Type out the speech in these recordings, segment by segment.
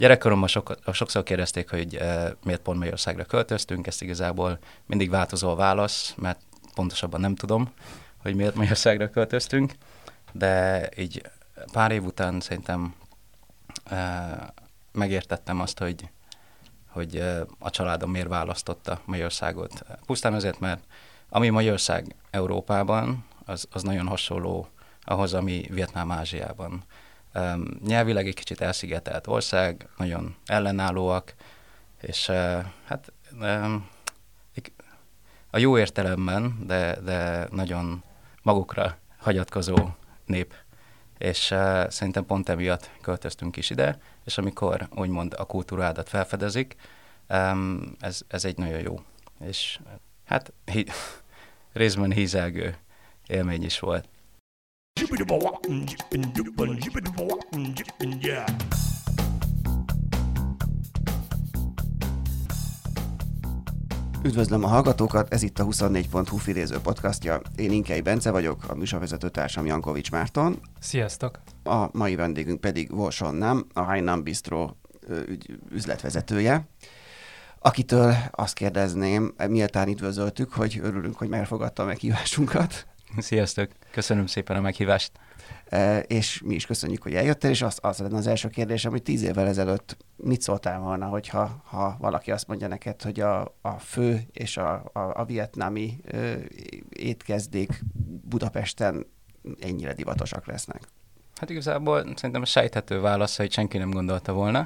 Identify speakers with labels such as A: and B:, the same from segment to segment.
A: Gyerekkoromban sokszor kérdezték, hogy miért pont Magyarországra költöztünk, ezt igazából mindig változó a válasz, mert pontosabban nem tudom, hogy miért Magyarországra költöztünk, de így pár év után szerintem megértettem azt, hogy a családom miért választotta Magyarországot. Pusztán azért, mert ami Magyarország Európában, az nagyon hasonló ahhoz, ami Vietnám Ázsiában. Nyelvileg egy kicsit elszigetelt ország, nagyon ellenállóak, és hát a jó értelemben, de nagyon magukra hagyatkozó nép. És szerintem pont emiatt költöztünk is ide, és amikor úgymond a kultúrádat felfedezik, ez egy nagyon jó. És hát részben hízelgő élmény is volt.
B: Üdvözlöm a hallgatókat, ez itt a 24.hu filéző podcastja. Én Inkei Bence vagyok, a műsorvezető társam Jankovics Márton.
C: Sziasztok!
B: A mai vendégünk pedig Volson Nam, a Hainan Bistro üzletvezetője, akitől azt kérdezném, miután üdvözöltük, hogy örülünk, hogy elfogadta a meghívásunkat.
A: Sziasztok! Köszönöm szépen a meghívást!
B: És mi is köszönjük, hogy eljöttél, és az lenne az első kérdésem, hogy 10 évvel ezelőtt mit szóltál volna, hogyha valaki azt mondja neked, hogy a fő és a vietnámi étkezdék Budapesten ennyire divatosak lesznek?
A: Hát igazából szerintem a sejthető válasz, hogy senki nem gondolta volna.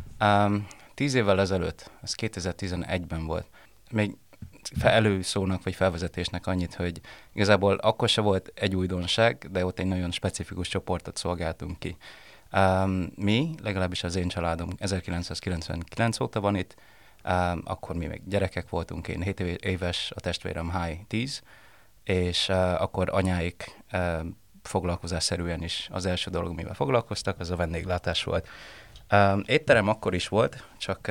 A: 10 évvel ezelőtt, ez 2011-ben volt, még előszónak vagy felvezetésnek annyit, hogy igazából akkor se volt egy újdonság, de ott egy nagyon specifikus csoportot szolgáltunk ki. Mi, legalábbis az én családom 1999 óta van itt, akkor mi még gyerekek voltunk, én 7 éves, a testvérem Hai 10, és akkor anyáik foglalkozásszerűen is az első dolog, mivel foglalkoztak, az a vendéglátás volt. Étterem akkor is volt, csak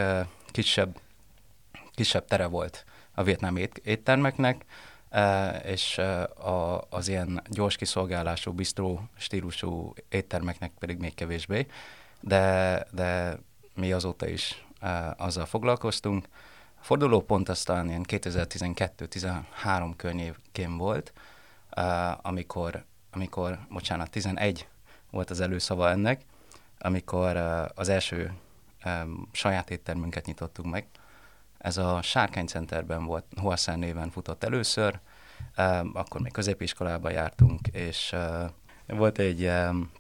A: kisebb tere volt a vietnámi éttermeknek, és az ilyen gyors kiszolgálású, bistró stílusú éttermeknek pedig még kevésbé, de mi azóta is azzal foglalkoztunk. A fordulópont aztán ilyen 2012-13 környékén volt, amikor 11 volt az előszava ennek, amikor az első saját éttermünket nyitottunk meg. Ez a Sárkány Centerben volt, Hoa San néven futott először, akkor még középiskolában jártunk, és volt egy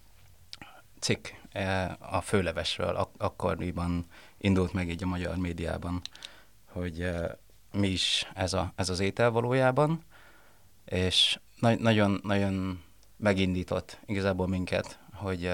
A: cikk a főlevesről, akkoriban indult meg így a magyar médiában, hogy mi is ez az étel valójában, és nagyon megindított igazából minket, hogy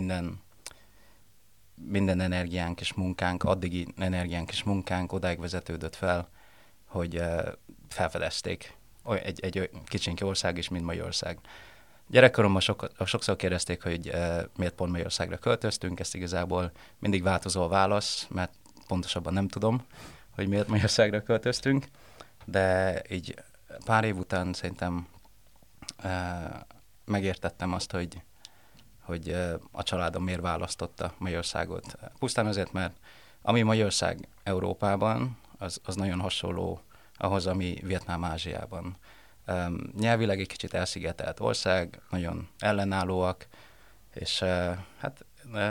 A: minden energiánk és munkánk, addigi energiánk és munkánk odáig vezetődött fel, hogy felfedezték egy kicsinki ország is, mint Magyarország. Gyerekkoromban sokszor kérdezték, hogy miért pont Magyarországra költöztünk, ezt igazából mindig változó a válasz, mert pontosabban nem tudom, hogy miért Magyarországra költöztünk, de így pár év után szerintem megértettem azt, hogy a családom miért választotta Magyarországot. Pusztán azért, mert ami Magyarország Európában, az nagyon hasonló ahhoz, ami Vietnám Ázsiában. Nyelvileg egy kicsit elszigetelt ország, nagyon ellenállóak, és hát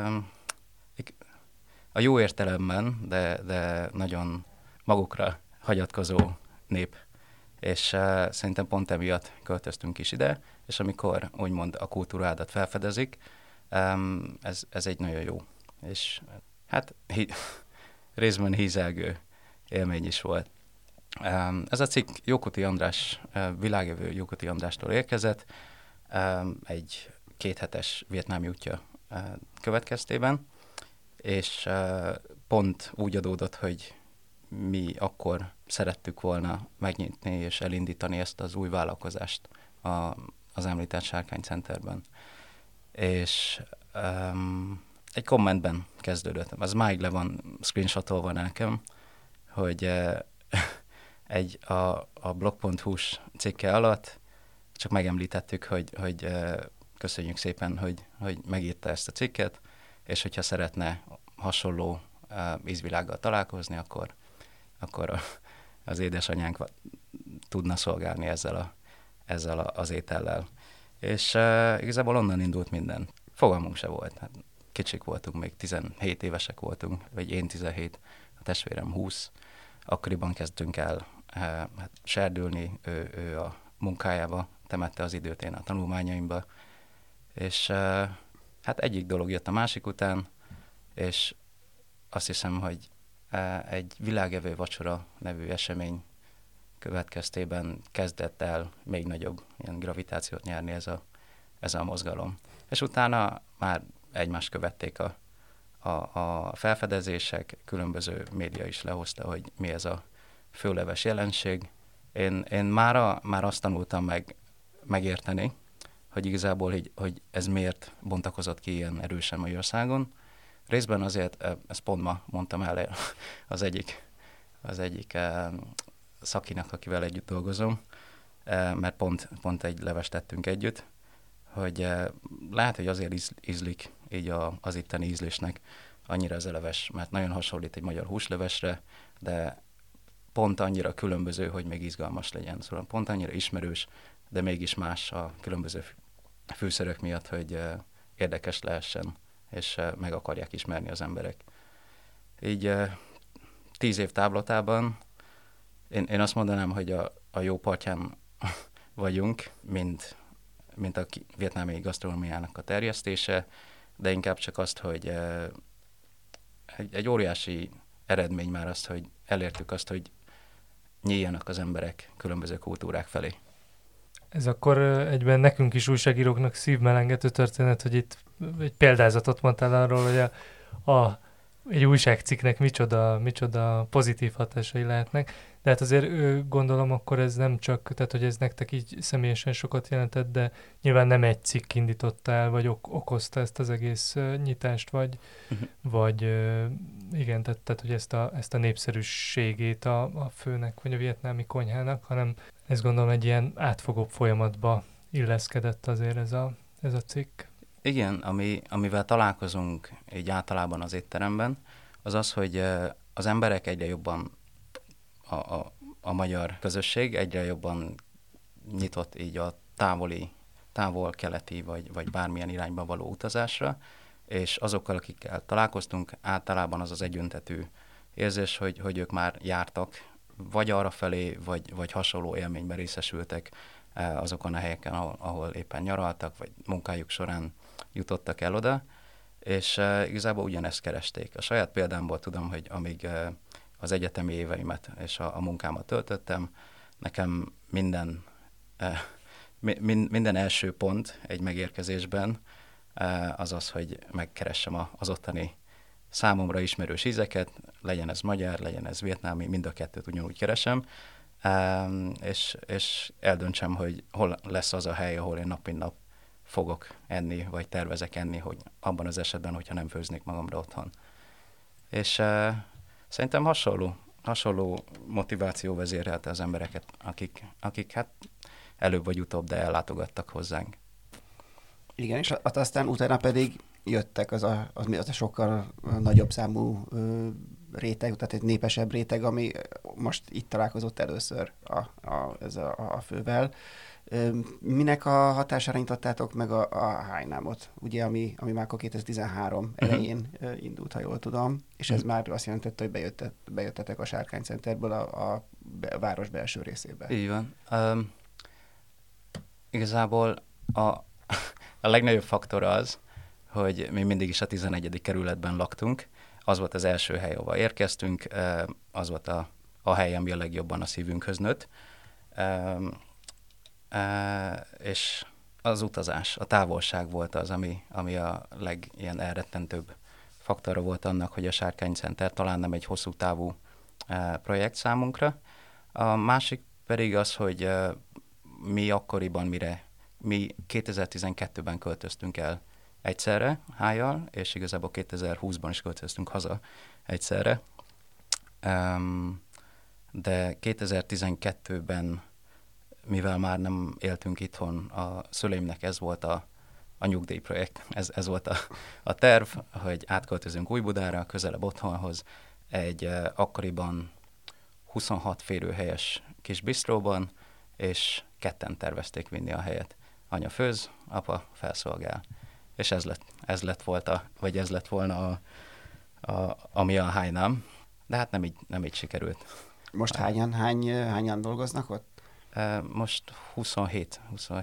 A: a jó értelemben, de nagyon magukra hagyatkozó nép. És szerintem pont emiatt költöztünk is ide, és amikor úgymond a kultúrádat felfedezik, ez egy nagyon jó. És hát részben hízelgő élmény is volt. Ez a cikk Jókuti András, világjövő Jókuti Andrástól érkezett, egy 2 hetes vietnámi útja következtében, és pont úgy adódott, hogy mi akkor szerettük volna megnyitni és elindítani ezt az új vállalkozást az említett Sárkány Centerben. És egy kommentben kezdődött, az máig le van screenshotolva nekem, hogy a blog.hu-s cikke alatt csak megemlítettük, hogy köszönjük szépen, hogy megírta ezt a cikket, és hogyha szeretne hasonló ízvilággal találkozni, akkor az édesanyánk tudna szolgálni ezzel az étellel. És igazából onnan indult minden. Fogalmunk se volt. Hát kicsik voltunk, még 17 évesek voltunk, vagy én 17, a testvérem 20. Akkoriban kezdtünk el serdülni, ő a munkájába temette az időt, én a tanulmányaimba. És hát egyik dolog jött a másik után, és azt hiszem, hogy egy világevő vacsora nevű esemény következtében kezdett el még nagyobb ilyen gravitációt nyerni ez a mozgalom. És utána már egymást követték a felfedezések, különböző média is lehozta, hogy mi ez a főleves jelenség. Én már azt tanultam megérteni, hogy igazából, hogy ez miért bontakozott ki ilyen erősen Magyarországon. Részben azért, ezt pont ma mondtam el az egyik szakinak, akivel együtt dolgozom, mert pont egy levest tettünk együtt, hogy lehet, hogy azért ízlik így az itteni ízlésnek annyira ez a leves, mert nagyon hasonlít egy magyar húslevesre, de pont annyira különböző, hogy még izgalmas legyen. Szóval pont annyira ismerős, de mégis más a különböző fűszerök miatt, hogy érdekes lehessen, és meg akarják ismerni az emberek. Így 10 év távlatában én azt mondanám, hogy a jó partján vagyunk, mint a vietnámi gasztronómiának a terjesztése, de inkább csak azt, hogy egy óriási eredmény már azt, hogy elértük azt, hogy nyíljanak az emberek különböző kultúrák felé.
C: Ez akkor egyben nekünk is újságíróknak szívmelengető történet, hogy itt egy példázatot mondtál arról, hogy egy újságcikknek micsoda pozitív hatásai lehetnek. De hát azért gondolom, akkor ez nem csak, tehát hogy ez nektek így személyesen sokat jelentett, de nyilván nem egy cikk indította el, vagy okozta ezt az egész nyitást, vagy igen, tehát hogy ezt a népszerűségét a főnek, vagy a vietnámi konyhának, hanem ezt gondolom egy ilyen átfogóbb folyamatba illeszkedett azért ez a cikk.
A: Igen, amivel találkozunk így általában az étteremben, az az, hogy az emberek egyre jobban, a magyar közösség egyre jobban nyitott így a távol-keleti vagy bármilyen irányba való utazásra, és azokkal, akikkel találkoztunk, általában az egyöntetű érzés, hogy ők már jártak, vagy arrafelé, vagy hasonló élményben részesültek azokon a helyeken, ahol éppen nyaraltak, vagy munkájuk során jutottak el oda, és igazából ugyanezt keresték. A saját példámból tudom, hogy amíg az egyetemi éveimet és a munkámat töltöttem, nekem minden első pont egy megérkezésben az, hogy megkeressem az ottani számomra ismerős ízeket, legyen ez magyar, legyen ez vietnámi, mind a kettőt ugyanúgy keresem, és eldöntsem, hogy hol lesz az a hely, ahol én nap mint nap fogok enni, vagy tervezek enni, hogy abban az esetben, hogyha nem főznék magamra otthon. És szerintem hasonló motiváció vezérelte az embereket, akik hát előbb vagy utóbb, de ellátogattak hozzánk.
B: Igen, és aztán utána pedig jöttek az a sokkal nagyobb számú réteg, tehát egy népesebb réteg, ami most itt találkozott először a fővel. Minek a hatására nyitottátok meg a Hainámot, ugye, ami már akkor 2013 elején indult, ha jól tudom, és ez már azt jelentette, hogy bejöttetek a Sárkány Centerből a város belső részébe.
A: Így van. Igazából a legnagyobb faktor az, hogy mi mindig is a 11. kerületben laktunk. Az volt az első hely, ahova érkeztünk, az volt a hely, ami a legjobban a szívünkhöz nőtt. És az utazás, a távolság volt az, ami a legilyen elrettentőbb faktora volt annak, hogy a Sárkány Center talán nem egy hosszú távú projekt számunkra. A másik pedig az, hogy mi akkoriban, mi 2012-ben költöztünk el egyszerre Hájjal, és igazából 2020-ban is költöztünk haza egyszerre. De 2012-ben, mivel már nem éltünk itthon, a szüleimnek ez volt a a nyugdíjprojekt. Ez volt a terv, hogy átköltözünk Újbudára, közelebb otthonhoz, egy akkoriban 26 férőhelyes kis bistróban, és ketten tervezték vinni a helyet. Anya főz, apa felszolgál. És ez lett volna ami a Hainam. De hát nem így sikerült.
B: Most hányan dolgoznak ott?
A: Most 27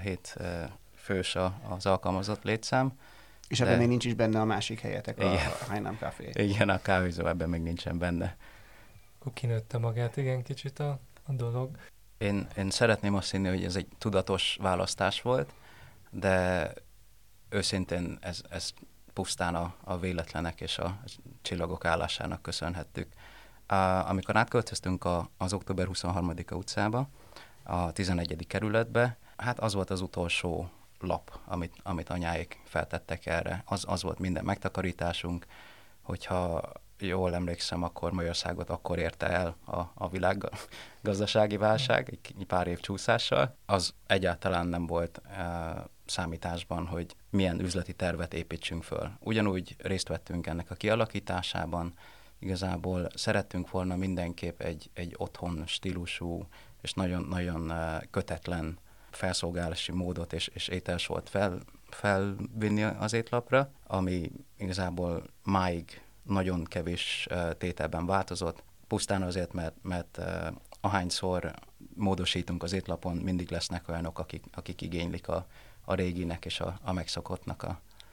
A: fős az alkalmazott létszám.
B: És ebben még nincs is benne a másik helyetek,
A: igen,
B: a Hainam Café.
A: Igen, a kávézó ebben még nincsen benne.
C: Akkor kinőtte magát, igen, kicsit a dolog.
A: Én szeretném azt hinni, hogy ez egy tudatos választás volt, de őszintén ez pusztán a véletlenek és a csillagok állásának köszönhettük. Amikor átköltöztünk az október 23-a utcába, a 11. kerületbe, hát az volt az utolsó lap, amit anyáik feltettek erre. Az volt minden megtakarításunk, hogyha jól emlékszem, akkor Magyarországot akkor érte el a világgazdasági válság, egy pár év csúszással. Az egyáltalán nem volt számításban, hogy milyen üzleti tervet építsünk föl. Ugyanúgy részt vettünk ennek a kialakításában, igazából szerettünk volna mindenképp egy otthon stílusú és nagyon-nagyon kötetlen felszolgálási módot és ételsort felvinni az étlapra, ami igazából máig nagyon kevés tételben változott, pusztán azért, mert ahányszor módosítunk az étlapon, mindig lesznek olyanok, akik igénylik a réginek és a megszokottnak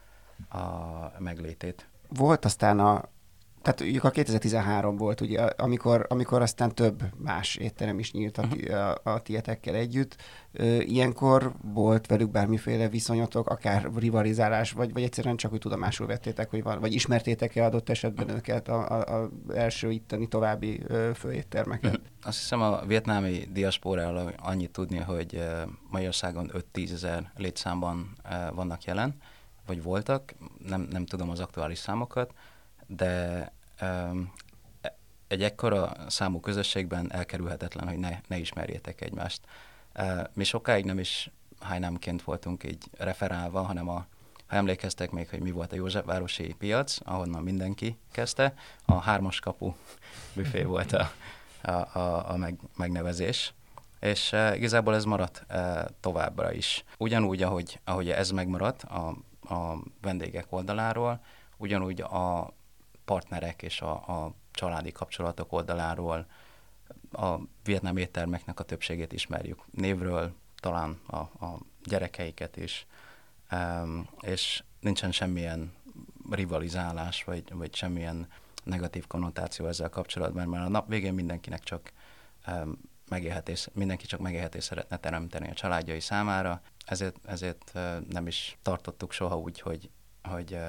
A: a meglétét.
B: Volt aztán tehát a 2013 volt, ugye, amikor aztán több más étterem is nyílt a tietekkel együtt. Ilyenkor volt velük bármiféle viszonyotok, akár rivalizálás, vagy egyszerűen csak úgy tudomásul vettétek, hogy van, vagy ismertétek-e adott esetben őket az első itteni további főéttermeket?
A: Azt hiszem a vietnámi diaszpóráról annyit tudni, hogy Magyarországon 5-10 ezer létszámban vannak jelen, vagy voltak, nem tudom az aktuális számokat, de egy ekkora számú közösségben elkerülhetetlen, hogy ne ismerjétek egymást. Mi sokáig nem is Hainamként voltunk így referálva, hanem ha emlékeztek még, hogy mi volt a Józsefvárosi piac, ahonnan mindenki kezdte, a 3-as kapu büfé volt a megnevezés. És igazából ez maradt továbbra is. Ugyanúgy, ahogy ez megmaradt a vendégek oldaláról, ugyanúgy a partnerek és a családi kapcsolatok oldaláról a vietnámi éttermeknek a többségét ismerjük. Névről, talán a gyerekeiket is, és nincsen semmilyen rivalizálás, vagy semmilyen negatív konnotáció ezzel kapcsolatban, mert a nap végén mindenkinek csak mindenki csak megélhetést szeretne teremteni a családjai számára, ezért nem is tartottuk soha úgy, hogy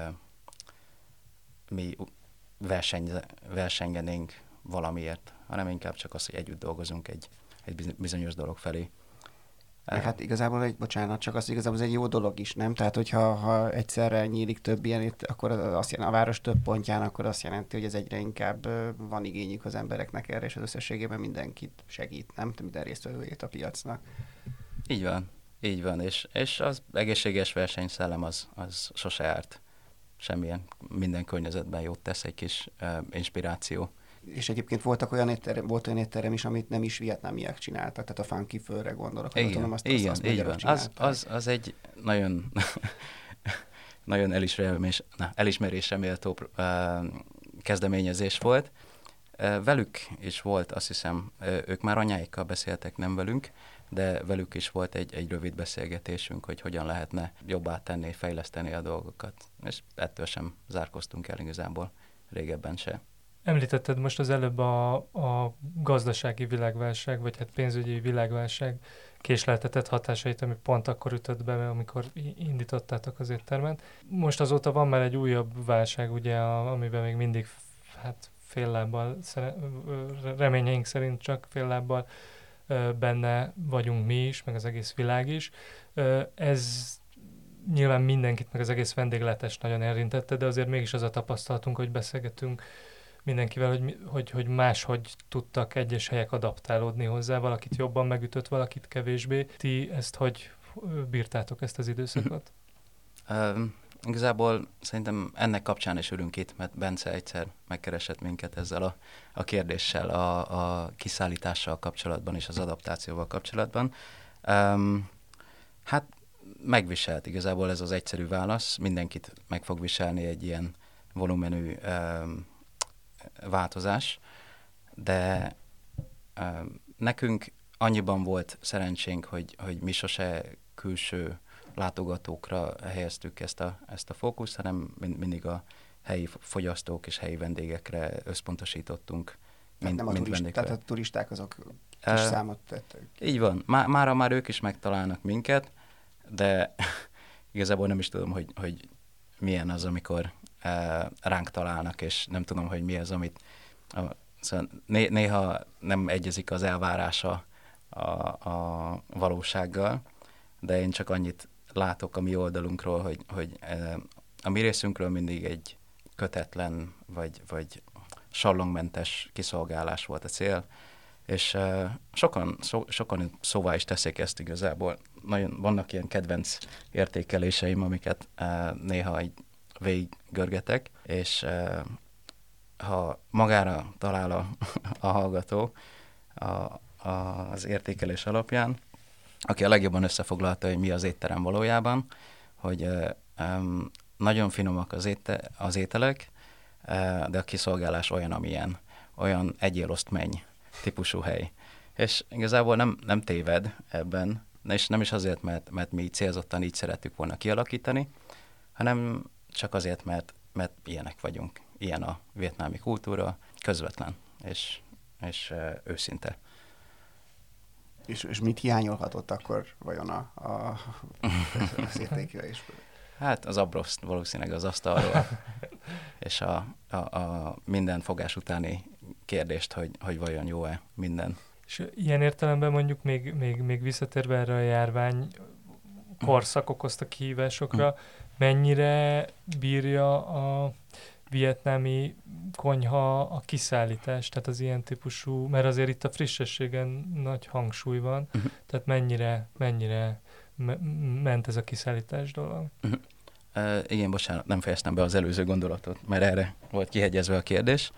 A: mi versengenénk valamiért, hanem inkább csak az, hogy együtt dolgozunk egy bizonyos dolog felé.
B: Hát igazából csak az igazából ez egy jó dolog is, nem? Tehát, hogyha egyszerre nyílik több ilyen, akkor azt jelenti, a város több pontján, akkor azt jelenti, hogy ez egyre inkább van igényük az embereknek erre, és az összességében mindenkit segít, nem? Minden résztvevőjét a piacnak. Így van, és az egészséges versenyszellem az sose árt. Semmilyen, minden környezetben jót tesz egy kis inspiráció. És egyébként volt olyan étterem is, amit nem is vietnámiak csináltak, tehát a Funky Főre gondolok.
A: Igen, így van. Az egy nagyon, nagyon elismerésre méltó kezdeményezés volt. Velük is volt, azt hiszem, ők már anyáikkal beszéltek, nem velünk, de velük is volt egy rövid beszélgetésünk, hogy hogyan lehetne jobbá tenni, fejleszteni a dolgokat. És ettől sem zárkoztunk el igazából, régebben se.
C: Említetted most az előbb a gazdasági világválság, vagy hát pénzügyi világválság késleltetett hatásait, ami pont akkor ütött be, amikor indítottátok az éttermet. Most azóta van már egy újabb válság, ugye, amiben még mindig fél lábbal, reményeink szerint csak fél lábbal benne vagyunk mi is, meg az egész világ is. Ez nyilván mindenkit, meg az egész vendéglátás nagyon érintette, de azért mégis az a tapasztalatunk, hogy beszélgetünk mindenkivel, hogy máshogy tudtak egyes helyek adaptálódni hozzá, valakit jobban megütött, valakit kevésbé. Ti ezt hogy bírtátok, ezt az időszakot?
A: Igazából szerintem ennek kapcsán is ülünk itt, mert Bence egyszer megkeresett minket ezzel a kérdéssel, a kiszállítással kapcsolatban és az adaptációval kapcsolatban. Hát megviselt igazából ez az egyszerű válasz, mindenkit meg fog viselni egy ilyen volumenű változás, de nekünk annyiban volt szerencsénk, hogy mi sose külső látogatókra helyeztük ezt a fókuszt, hanem mindig a helyi fogyasztók és helyi vendégekre összpontosítottunk.
B: Tehát a turisták azok kis számot tettek.
A: Így van. Már ők is megtalálnak minket, de igazából nem is tudom, hogy milyen az, amikor ránk találnak, és nem tudom, hogy mi az, amit... Szóval néha nem egyezik az elvárása a valósággal, de én csak annyit látok a mi oldalunkról, hogy a mi részünkről mindig egy kötetlen vagy sallongmentes kiszolgálás volt a cél, és sokan szóvá is teszik ezt igazából. Nagyon vannak ilyen kedvenc értékeléseim, amiket néha így végiggörgetek, és ha magára talál a hallgató az értékelés alapján, aki a legjobban összefoglalta, hogy mi az étterem valójában, hogy nagyon finomak az ételek, de a kiszolgálás olyan, amilyen, olyan egyél oszt menj típusú hely. És igazából nem téved ebben, és nem is azért, mert mi célzottan így szerettük volna kialakítani, hanem csak azért, mert ilyenek vagyunk. Ilyen a vietnámi kultúra, közvetlen és őszinte.
B: És mit hiányolhatott akkor vajon az értékelésből?
A: Hát az abroszt valószínűleg az asztalról, és a minden fogás utáni kérdést, hogy vajon jó-e minden.
C: És ilyen értelemben mondjuk még visszatérve erre a járvány korszak okozta kihívásokra, mennyire bírja a vietnámi konyha a kiszállítást, tehát az ilyen típusú, mert azért itt a frissességen nagy hangsúly van, tehát mennyire ment ez a kiszállítás dolog?
A: Igen, bocsánat, nem fejeztem be az előző gondolatot, mert erre volt kihegyezve a kérdés.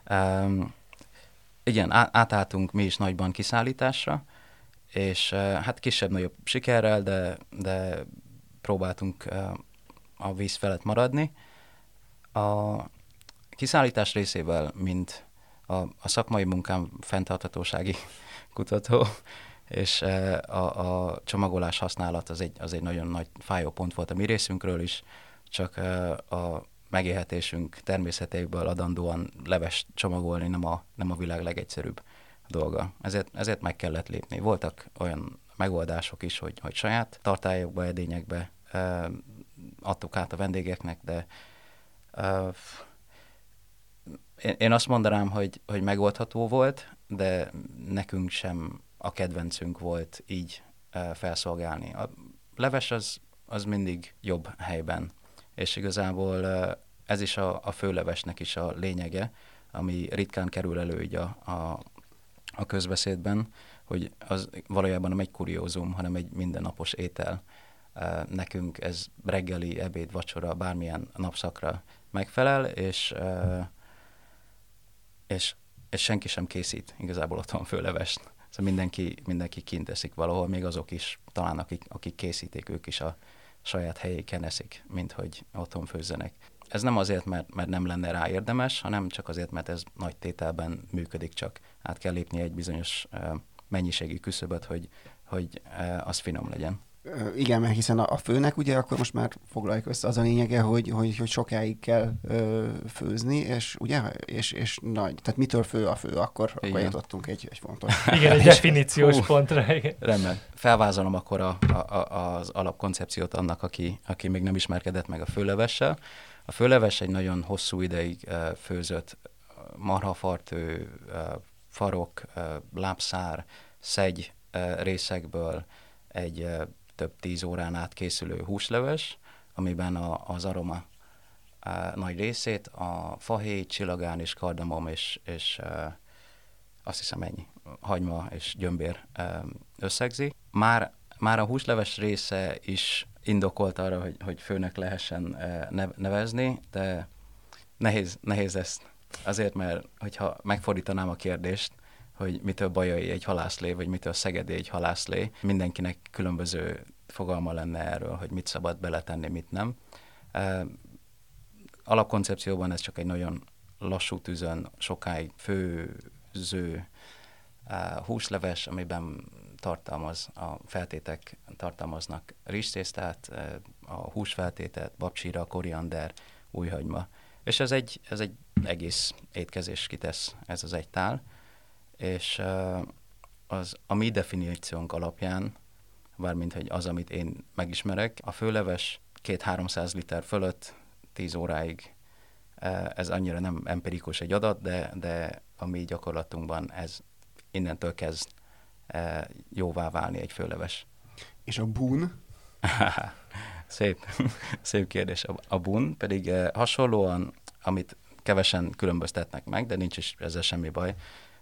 A: Igen, átálltunk mi is nagyban kiszállításra, és hát kisebb-nagyobb sikerrel, de próbáltunk a víz felett maradni. A kiszállítás részével, mint a szakmai munkám fenntarthatósági kutató, és a csomagolás használat az egy nagyon nagy fájópont volt a mi részünkről is, csak a megélhetésünk természetéből adandóan leves csomagolni nem a világ legegyszerűbb dolga. Ezért meg kellett lépni. Voltak olyan megoldások is, hogy saját tartályokba, edényekbe adtuk át a vendégeknek, de én azt mondanám, hogy megoldható volt, de nekünk sem a kedvencünk volt így felszolgálni. A leves az mindig jobb helyben, és igazából ez is a főlevesnek is a lényege, ami ritkán kerül elő így a közbeszédben, hogy az valójában nem egy kuriózum, hanem egy mindennapos étel. Nekünk ez reggeli, ebéd, vacsora, bármilyen napszakra megfelel, és senki sem készít igazából otthon főlevest. Szóval mindenki kint eszik valahol, még azok is, talán akik készítik, ők is a saját helyéken eszik, mint hogy otthon főzzenek. Ez nem azért, mert nem lenne rá érdemes, hanem csak azért, mert ez nagy tételben működik, csak át kell lépni egy bizonyos mennyiségi küszöböt, hogy az finom legyen.
B: Igen, mert hiszen a főnek ugye akkor most már foglaljuk össze, az a lényege, hogy sokáig kell főzni, és ugye, és nagy. Tehát mitől fő a fő, akkor jutottunk egy fontos.
C: Igen, egy definíciós pontra. Igen.
A: Rendben. Felvázolom akkor az alapkoncepciót annak, aki még nem ismerkedett meg a főlevessel. A főleves egy nagyon hosszú ideig főzött marhafartő, farok, lábszár, szegy részekből egy több 10 órán át készülő húsleves, amiben az aroma nagy részét a fahéj, csillagán és kardamom és azt hiszem ennyi, hagyma és gyömbér összegzi. Már már a húsleves része is indokolt arra, hogy főnek lehessen nevezni, de nehéz ezt. Azért, mert hogyha megfordítanám a kérdést, hogy mitől Bajai egy halászlé, vagy mitől Szegedi egy halászlé, mindenkinek különböző fogalma lenne erről, hogy mit szabad beletenni, mit nem. Alapkoncepcióban ez csak egy nagyon lassú tűzön, sokáig főző húsleves, amiben a feltétek tartalmaznak rizstésztát, a húsfeltétet, babcsíra, koriander, újhagyma. És ez egy egész étkezés kitesz ez az egy tál, és a mi definíciónk alapján, bármint hogy az, amit én megismerek, a főleves 200-300 liter fölött 10 óráig, ez annyira nem empirikus egy adat, de a mi gyakorlatunkban ez innentől kezd jóvá válni egy főleves.
B: És a bun?
A: Szép kérdés. A bun pedig hasonlóan, amit kevesen különböztetnek meg, de nincs is ezzel semmi baj.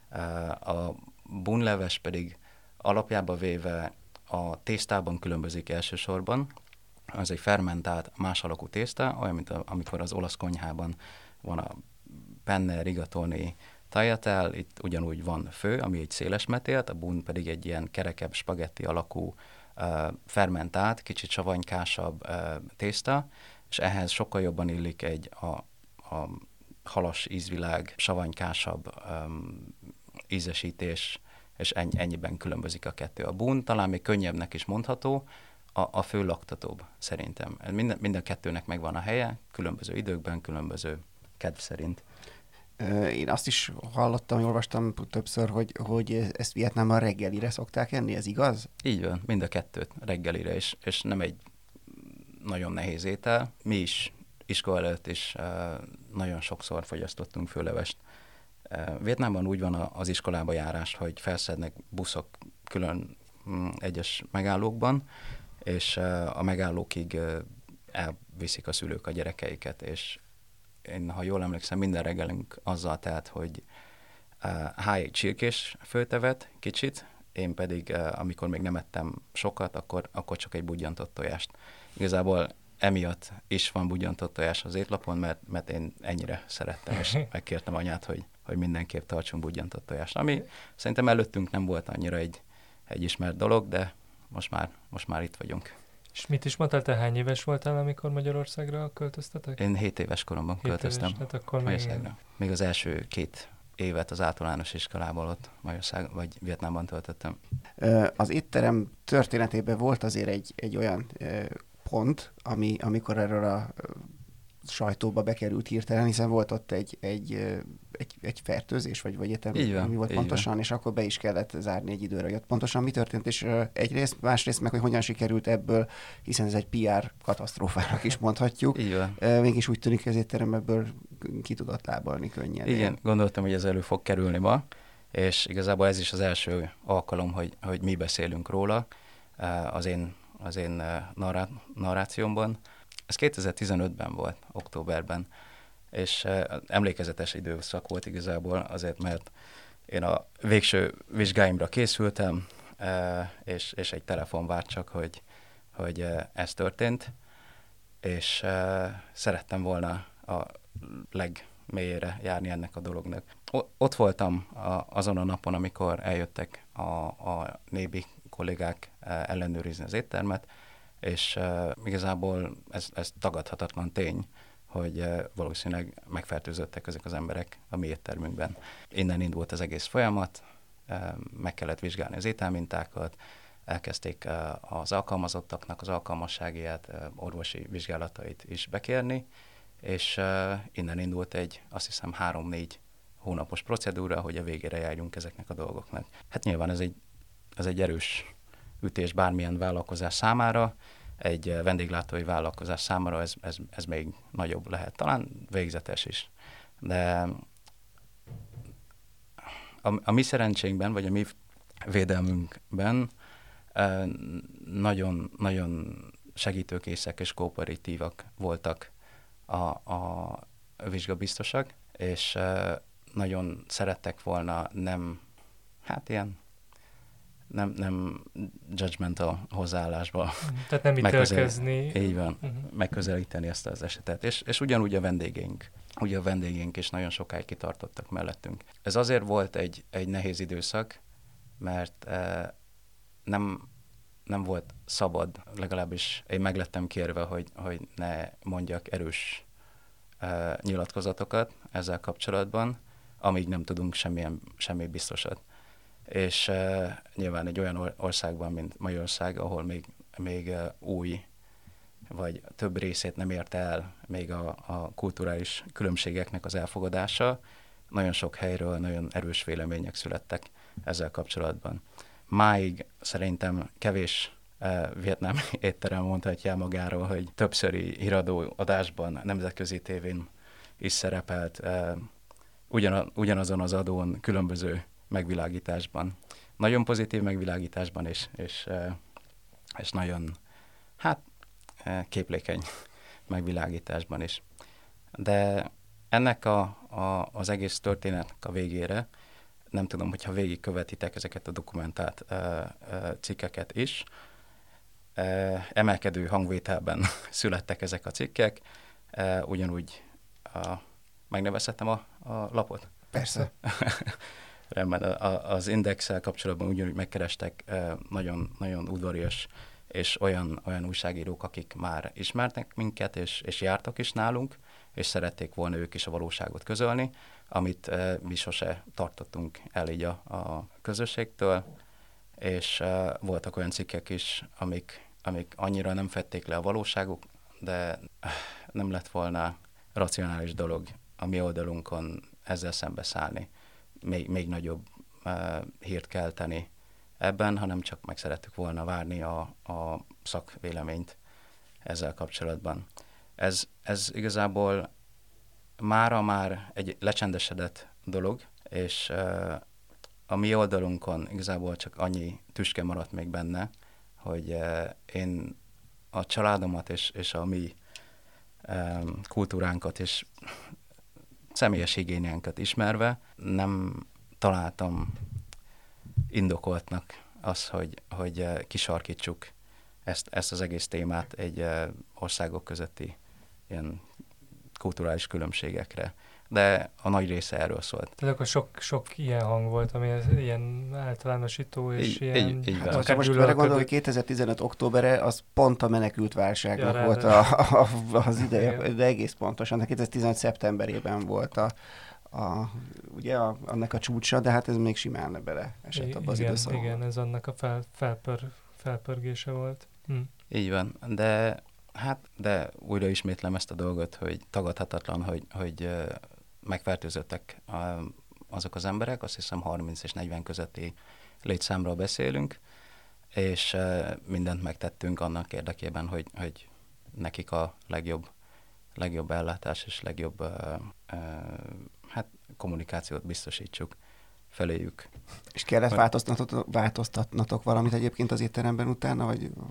A: A bunleves pedig alapjába véve a tésztában különbözik elsősorban. Az egy fermentált, más alakú tészta, olyan, mint amikor az olasz konyhában van a penne, rigatoni, tagliatelle, itt ugyanúgy van fő, ami egy széles metélt, a bun pedig egy ilyen kerekebb, spagetti alakú fermentált, kicsit savanykásabb tészta, és ehhez sokkal jobban illik a halas ízvilág, savanykásabb ízesítés, és ennyiben különbözik a kettő. A bun talán még könnyebbnek is mondható, a fő laktatóbb szerintem. Mind a kettőnek megvan a helye, különböző időkben, különböző kedv szerint.
B: Én azt is hallottam, olvastam többször, hogy ezt Vietnámban reggelire szokták enni, ez igaz?
A: Így van, mind a kettőt reggelire, és nem egy nagyon nehéz étel. Mi is iskola előtt is nagyon sokszor fogyasztottunk főlevest. Vietnámban úgy van az iskolába járás, hogy felszednek buszok külön egyes megállókban, és a megállókig elviszik a szülők a gyerekeiket, és én, ha jól emlékszem, minden reggelünk azzal telt, hogy egy csirkés főtevet kicsit, én pedig, amikor még nem ettem sokat, akkor csak egy budjantott tojást. Igazából emiatt is van budjantott tojás az étlapon, mert én ennyire szerettem, és megkértem anyát, hogy mindenképp tartsunk budjantott tojást. Ami szerintem előttünk nem volt annyira egy ismert dolog, de most már itt vagyunk.
C: És mit is mondtál, te hány éves voltál, amikor Magyarországra költöztetek?
A: Én 7 éves koromban költöztem.
C: 7 éves, hát akkor
A: Magyarországra. Még az első 2 évet az általános iskolából ott vagy Vietnámban töltöttem.
B: Az étterem történetében volt azért egy olyan pont, amikor erről a sajtóba bekerült hirtelen, hiszen volt ott egy fertőzés, vagy értem, mi volt pontosan, és akkor be is kellett zárni egy időre, hogy ott pontosan mi történt, és egyrészt, másrészt meg, hogy hogyan sikerült ebből, hiszen ez egy PR katasztrófának is mondhatjuk. Mégis úgy tűnik, hogy az étterem ebből ki tudott lábalni könnyen.
A: Igen, gondoltam, hogy ez elő fog kerülni ma, és igazából ez is az első alkalom, hogy mi beszélünk róla az én narrációmban. Ez 2015-ben volt, októberben, és emlékezetes időszak volt igazából azért, mert én a végső vizsgáimra készültem, és egy telefon várt csak, hogy ez történt, és szerettem volna a legmélyére járni ennek a dolognak. Ott voltam azon a napon, amikor eljöttek a nébi kollégák ellenőrizni az éttermet, és igazából ez tagadhatatlan tény, hogy valószínűleg megfertőzöttek ezek az emberek a mi éttermünkben. Innen indult az egész folyamat, meg kellett vizsgálni az ételmintákat, elkezdték az alkalmazottaknak az alkalmasságát, orvosi vizsgálatait is bekérni, és innen indult azt hiszem 3-4 hónapos procedúra, hogy a végére járjunk ezeknek a dolgoknak. Hát nyilván ez egy erős ütés bármilyen vállalkozás számára, egy vendéglátói vállalkozás számára ez még nagyobb lehet, talán végzetes is. De a mi szerencsénkben, vagy a mi védelmünkben nagyon, nagyon segítőkészek és kooperatívak voltak a vizsgabiztosak, és nagyon szerettek volna nem judgmental hozzáállásba.
C: Tehát nem ítélkezni.
A: Így van, megközelíteni ezt az esetet. És ugyanúgy a vendégeink is nagyon sokáig kitartottak mellettünk. Ez azért volt egy nehéz időszak, mert nem volt szabad, legalábbis én meglettem kérve, hogy ne mondjak erős nyilatkozatokat ezzel kapcsolatban, amíg nem tudunk semmi biztosat. És nyilván egy olyan országban, mint Magyarország, ahol még új, vagy több részét nem érte el még a kulturális különbségeknek az elfogadása, nagyon sok helyről nagyon erős vélemények születtek ezzel kapcsolatban. Máig szerintem kevés vietnámi étterem mondhatja magáról, hogy többszöri híradó adásban, nemzetközi tévén is szerepelt, ugyanazon az adón különböző megvilágításban. Nagyon pozitív megvilágításban és nagyon képlékeny megvilágításban is. De ennek az egész történetnek a végére, nem tudom, hogyha végigkövetitek ezeket a dokumentált cikkeket is, emelkedő hangvételben születtek ezek a cikkek, ugyanúgy megnevezhetem a lapot?
B: Persze.
A: Rendben, az Indexsel kapcsolatban ugyanúgy megkerestek nagyon, nagyon udvarias és olyan újságírók, akik már ismertek minket, és jártak is nálunk, és szerették volna ők is a valóságot közölni, amit mi sose tartottunk el így a közösségtől, és voltak olyan cikkek is, amik annyira nem fedték le a valóságuk, de nem lett volna racionális dolog a mi oldalunkon ezzel szembeszállni, még nagyobb hírt kelteni ebben, hanem csak meg szerettük volna várni a szakvéleményt ezzel kapcsolatban. Ez igazából mára már egy lecsendesedett dolog, és a mi oldalunkon igazából csak annyi tüske maradt még benne, hogy én a családomat és a mi kultúránkat és személyes higiéniánkat ismerve nem találtam indokoltnak az, hogy kisarkítsuk ezt az egész témát egy országok közötti ilyen kulturális különbségekre. De a nagy része erről szólt.
C: Tehát akkor sok ilyen hang volt, ami ilyen általánosító, és
A: így van.
B: Hát, most vele gondolom, hogy 2015. októbere az pont a menekült válságnak volt az ideje, de egész pontosan. 2015. szeptemberében volt annak a csúcsa, de hát ez még simán bele esett abban az időszakban.
C: Igen, ez annak a felpörgése volt.
A: Így van, de újra ismétlem ezt a dolgot, hogy tagadhatatlan, hogy megfertőzöttek azok az emberek, azt hiszem 30 és 40 közötti létszámról beszélünk, és mindent megtettünk annak érdekében, hogy nekik a legjobb ellátás és legjobb kommunikációt biztosítsuk feléjük.
B: És kellett változtatnatok valamit egyébként az étteremben utána,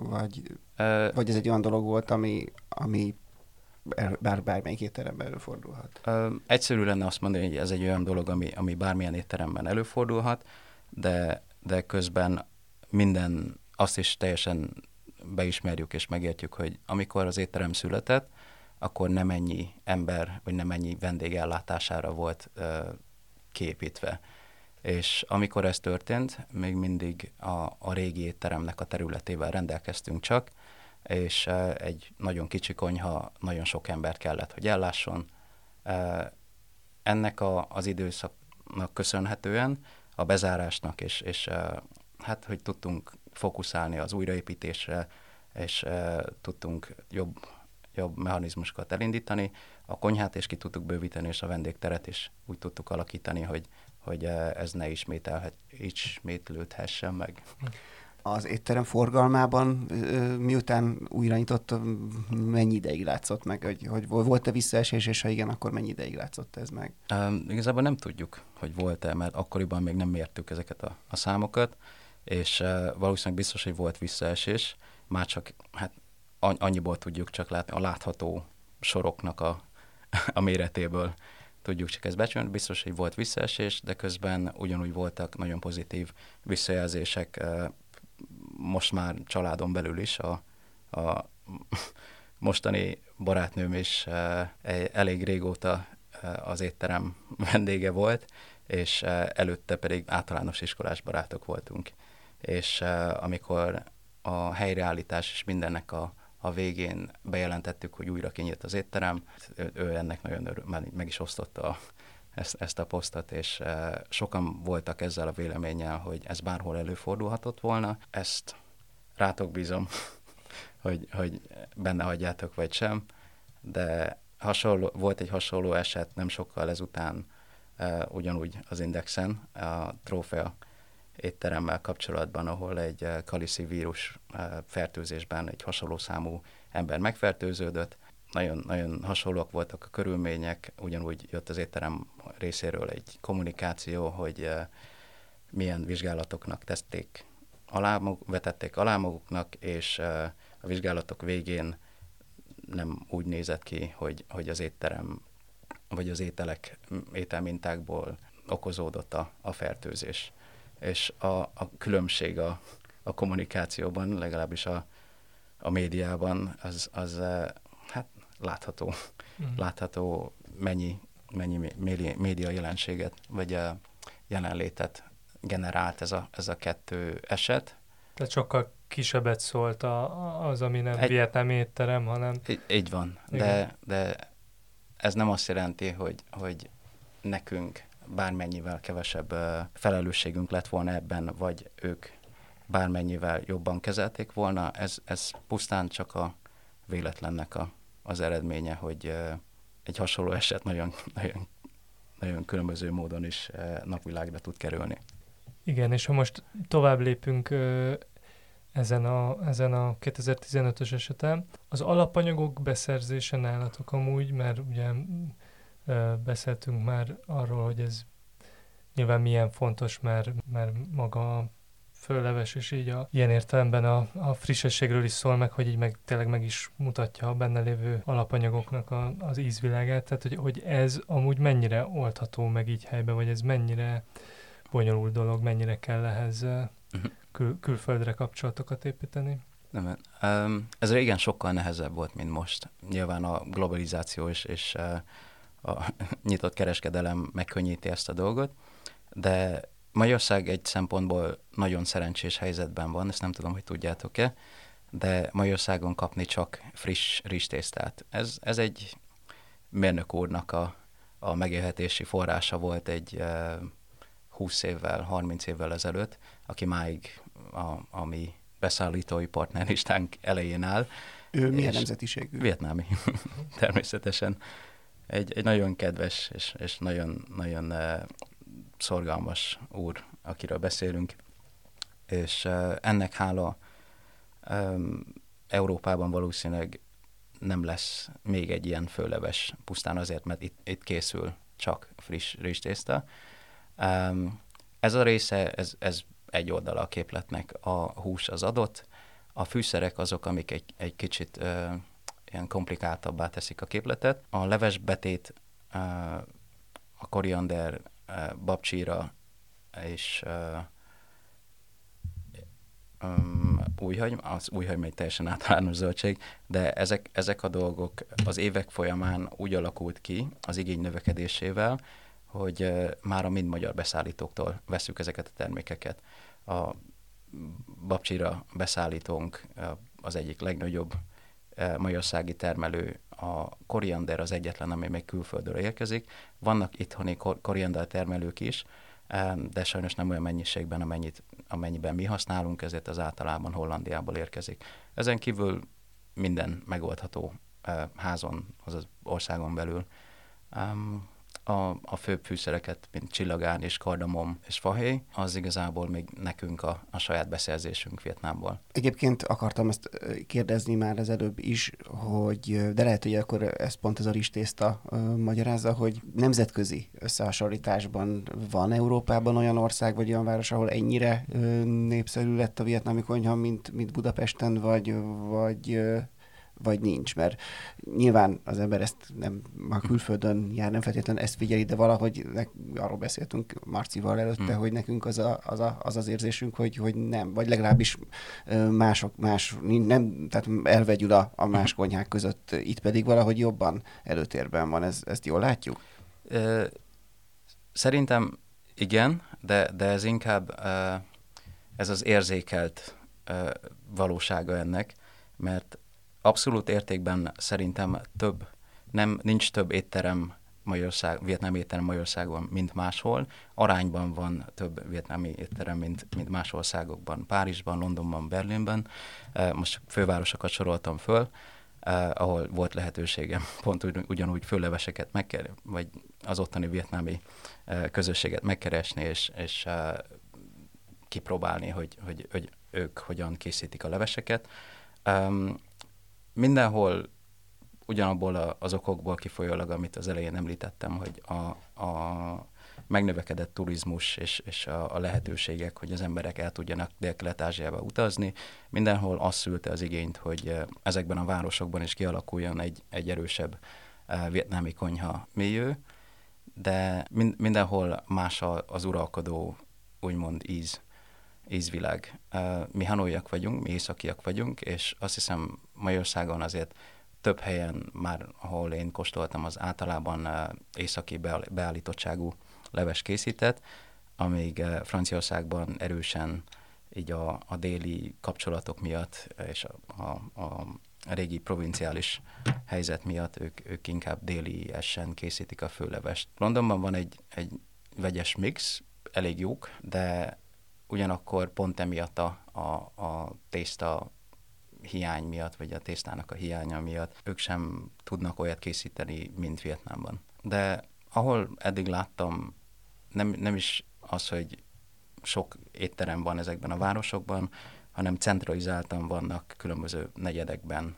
B: vagy ez egy olyan dolog volt, ami bármelyik étteremben előfordulhat?
A: Egyszerű lenne azt mondani, hogy ez egy olyan dolog, ami bármilyen étteremben előfordulhat, de közben azt is teljesen beismerjük és megértjük, hogy amikor az étterem született, akkor nem ennyi ember, vagy nem ennyi vendég ellátására volt kiépítve. És amikor ez történt, még mindig a régi étteremnek a területével rendelkeztünk csak, és egy nagyon kicsi konyha nagyon sok embert kellett, hogy ellásson. Ennek az időszaknak köszönhetően, a bezárásnak, és hogy tudtunk fókuszálni az újraépítésre, és tudtunk jobb mechanizmusokat elindítani, a konyhát is ki tudtuk bővíteni, és a vendégteret is úgy tudtuk alakítani, hogy ez ne ismétlődhessen meg.
B: Az étterem forgalmában, miután újra nyitott, mennyi ideig látszott meg? Hogy volt-e visszaesés, és ha igen, akkor mennyi ideig látszott ez meg?
A: Igazából nem tudjuk, hogy volt-e, mert akkoriban még nem mértük ezeket a számokat, és valószínűleg biztos, hogy volt visszaesés, már csak annyiból tudjuk csak látni a látható soroknak a méretéből, tudjuk csak ezt becsülni. Biztos, hogy volt visszaesés, de közben ugyanúgy voltak nagyon pozitív visszajelzések most már családon belül is. A mostani barátnőm is elég régóta az étterem vendége volt, és előtte pedig általános iskolás barátok voltunk. És amikor a helyreállítás és mindennek a végén bejelentettük, hogy újra kinyílt az étterem, ő ennek nagyon meg is osztotta ezt a posztot, és sokan voltak ezzel a véleménnyel, hogy ez bárhol előfordulhatott volna. Ezt rátok bízom, hogy benne hagyjátok, vagy sem, de volt egy hasonló eset nem sokkal ezután, ugyanúgy az Indexen, a Trófea étteremmel kapcsolatban, ahol egy kaliszi vírus fertőzésben egy hasonló számú ember megfertőződött. Nagyon, nagyon hasonlóak voltak a körülmények, ugyanúgy jött az étterem részéről egy kommunikáció, hogy milyen vizsgálatoknak vetették alá maguknak, és a vizsgálatok végén nem úgy nézett ki, hogy az étterem vagy az ételmintákból okozódott a fertőzés. És a különbség a kommunikációban, legalábbis a médiában, az hát látható mennyi média jelenséget, vagy jelenlétet generált ez a kettő eset.
C: Tehát sokkal kisebbet szólt az, ami nem vietnámi étterem, hanem...
A: Így van, de ez nem azt jelenti, hogy nekünk bármennyivel kevesebb felelősségünk lett volna ebben, vagy ők bármennyivel jobban kezelték volna. Ez pusztán csak a véletlennek az eredménye, hogy egy hasonló eset nagyon, nagyon, nagyon különböző módon is napvilágra tud kerülni.
C: Igen, és ha most tovább lépünk ezen a 2015-ös eseten, az alapanyagok beszerzése nálatok amúgy, mert ugye beszéltünk már arról, hogy ez nyilván milyen fontos, mert maga a fölleves, és így ilyen értelemben a frissességről is szól meg, hogy így tényleg meg is mutatja a benne lévő alapanyagoknak az ízvilágát, tehát hogy ez amúgy mennyire oldható meg így helyben, vagy ez mennyire bonyolult dolog, mennyire kell ehhez külföldre kapcsolatokat építeni?
A: Nem, ez régen sokkal nehezebb volt, mint most. Nyilván a globalizáció és a nyitott kereskedelem megkönnyíti ezt a dolgot, de Magyarország egy szempontból nagyon szerencsés helyzetben van, ezt nem tudom, hogy tudjátok-e, de Magyarországon kapni csak friss rizstésztát. Ez egy mérnök úrnak a megélhetési forrása volt egy 20 évvel, 30 évvel ezelőtt, aki máig a mi beszállítói partnerlistánk elején áll.
B: Ő milyen nemzetiségű?
A: Vietnámi, természetesen. Egy nagyon kedves és nagyon, nagyon szorgalmas úr, akiről beszélünk, és ennek hála Európában valószínűleg nem lesz még egy ilyen fölleves, pusztán azért, mert itt készül csak friss rizstészta. Ez a része, ez egy oldala a képletnek, a hús az adott, a fűszerek azok, amik egy kicsit ilyen komplikáltabbá teszik a képletet. A levesbetét, a koriander, babcsíra és az újhagyma egy teljesen általános zöldség, de ezek a dolgok az évek folyamán úgy alakult ki az igény növekedésével, hogy már a mind magyar beszállítóktól vesszük ezeket a termékeket. A babcsíra beszállítónk az egyik legnagyobb magyarországi termelő, a koriander az egyetlen, ami még külföldről érkezik. Vannak itthoni koriander termelők is, de sajnos nem olyan mennyiségben, amennyiben mi használunk, ezért az általában Hollandiából érkezik. Ezen kívül minden megoldható házon, azaz országon belül. A főbb fűszereket, mint csillagán és kardamom és fahéj, az igazából még nekünk a saját beszerzésünk Vietnámból.
B: Egyébként akartam ezt kérdezni már az előbb is, de lehet, hogy akkor ez pont ez a rizstészta magyarázza, hogy nemzetközi összehasonlításban van Európában olyan ország vagy olyan város, ahol ennyire népszerű lett a vietnámi konyha, mint Budapesten, vagy vagy nincs? Mert nyilván az ember ezt nem, ha külföldön jár, nem feltétlenül ezt figyeli, de valahogy arról beszéltünk Marcival előtte, hogy nekünk az érzésünk, hogy nem, vagy legalábbis más, nem, tehát elvegyül a más konyhák között, itt pedig valahogy jobban előtérben van. Ezt jól látjuk?
A: Szerintem igen, de ez inkább ez az érzékelt valósága ennek, mert abszolút értékben szerintem nincs több étterem vietnámi étterem Magyarországon, mint máshol. Arányban van több vietnámi étterem, mint más országokban. Párizsban, Londonban, Berlinben. Most fővárosokat soroltam föl, ahol volt lehetőségem pont ugyanúgy főleveseket vagy az ottani vietnámi közösséget megkeresni, és kipróbálni, hogy ők hogyan készítik a leveseket. Mindenhol ugyanabból az okokból kifolyólag, amit az elején említettem, hogy a megnövekedett turizmus és a lehetőségek, hogy az emberek el tudjanak Dél-Kelet-Ázsiába utazni, mindenhol azt szülte az igényt, hogy ezekben a városokban is kialakuljon egy erősebb vietnámi konyha mélyő, de mindenhol más az uralkodó, úgymond ízvilág. Mi hanóiak vagyunk, mi északiak vagyunk, és azt hiszem Magyarországon azért több helyen már, ahol én kóstoltam, az általában északi beállítottságú leves készített, amíg Franciaországban erősen így a déli kapcsolatok miatt és a régi provinciális helyzet miatt ők inkább déli-esen készítik a főlevest. Londonban van egy vegyes mix, elég jók, de ugyanakkor pont emiatt a tészta hiány miatt, vagy a tésztának a hiánya miatt ők sem tudnak olyat készíteni, mint Vietnámban. De ahol eddig láttam, nem is az, hogy sok étterem van ezekben a városokban, hanem centralizáltan vannak különböző negyedekben.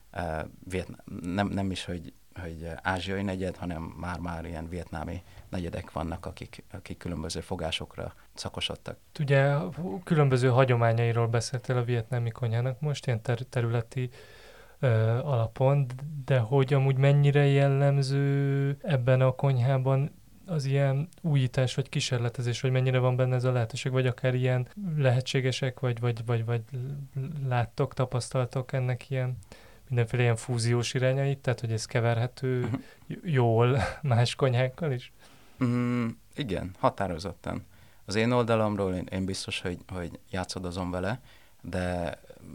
A: Nem is, hogy ázsiai negyed, hanem már ilyen vietnámi negyedek vannak, akik különböző fogásokra szakosodtak.
C: Ugye különböző hagyományairól beszéltél a vietnámi konyhának most, ilyen területi alapon, de hogy amúgy mennyire jellemző ebben a konyhában az ilyen újítás vagy kísérletezés, vagy mennyire van benne ez a lehetőség, vagy akár ilyen lehetségesek, vagy láttok, tapasztaltok ennek ilyen mindenféle ilyen fúziós irányait, tehát hogy ez keverhető jól más konyhákkal is?
A: Igen, határozottan. Az én oldalamról én biztos, hogy játszadozom vele, de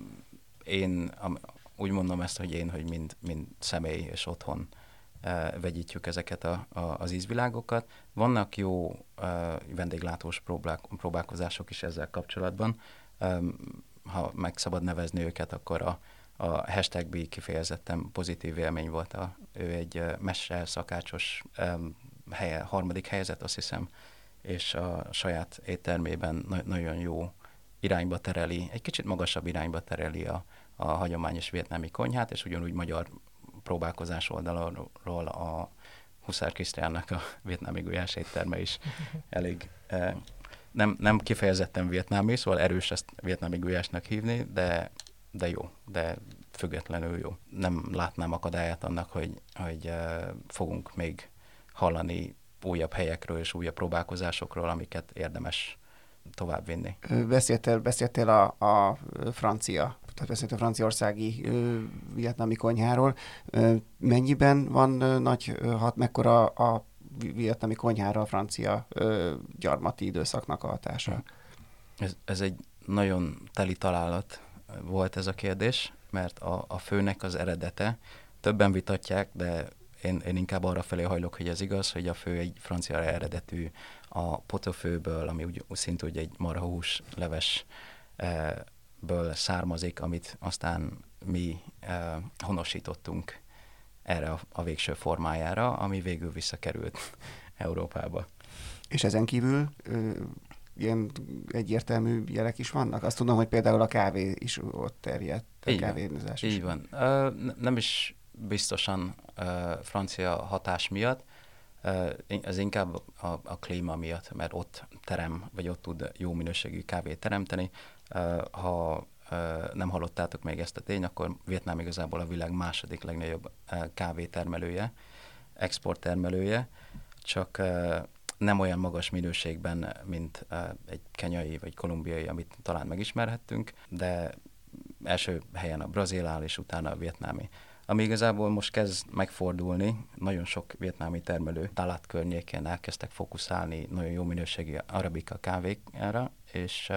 A: én úgy mondom ezt, hogy mind személy és otthon vegyítjük ezeket az ízvilágokat. Vannak jó vendéglátós próbálkozások is ezzel kapcsolatban. Ha meg szabad nevezni őket, akkor a hashtag B kifejezetten pozitív élmény volt. Ő egy mese szakácsos harmadik helyzet, azt hiszem, és a saját éttermében nagyon jó irányba tereli, egy kicsit magasabb irányba tereli a hagyományos vietnámi konyhát, és ugyanúgy magyar próbálkozás oldalról a Huszár Krisztiánnak a vietnámi gulyás étterme is elég, nem kifejezetten vietnámi, szóval erős ezt vietnámi gulyásnak hívni, de jó, de függetlenül jó. Nem látnám akadályát annak, hogy fogunk még hallani újabb helyekről és újabb próbálkozásokról, amiket érdemes továbbvinni.
B: Beszéltél a franciaországi vietnámi konyháról. Mennyiben van mekkora a vietnámi konyhára a francia gyarmati időszaknak a hatása?
A: Ez egy nagyon teli találat volt ez a kérdés, mert a főnek az eredete, többen vitatják, de én inkább arra felé hajlok, hogy ez igaz, hogy a fő egy francia eredetű a potofőből, ami szintúgy egy marhahús levesből származik, amit aztán mi honosítottunk erre a végső formájára, ami végül visszakerült Európába.
B: És ezen kívül ilyen egyértelmű jelek is vannak? Azt tudom, hogy például a kávé is ott terjedt.
A: Így van. Nem is biztosan francia hatás miatt, ez inkább a klíma miatt, mert ott tud jó minőségű kávét teremteni. Ha nem hallottátok még ezt a tény, akkor Vietnám igazából a világ második legnagyobb kávétermelője, exporttermelője, csak nem olyan magas minőségben, mint egy kenyai vagy kolumbiai, amit talán megismerhettünk, de első helyen a brazil áll, és utána a vietnámi. Ami igazából most kezd megfordulni, nagyon sok vietnámi termelő Talat környékén elkezdtek fókuszálni nagyon jó minőségű arabika kávékra, és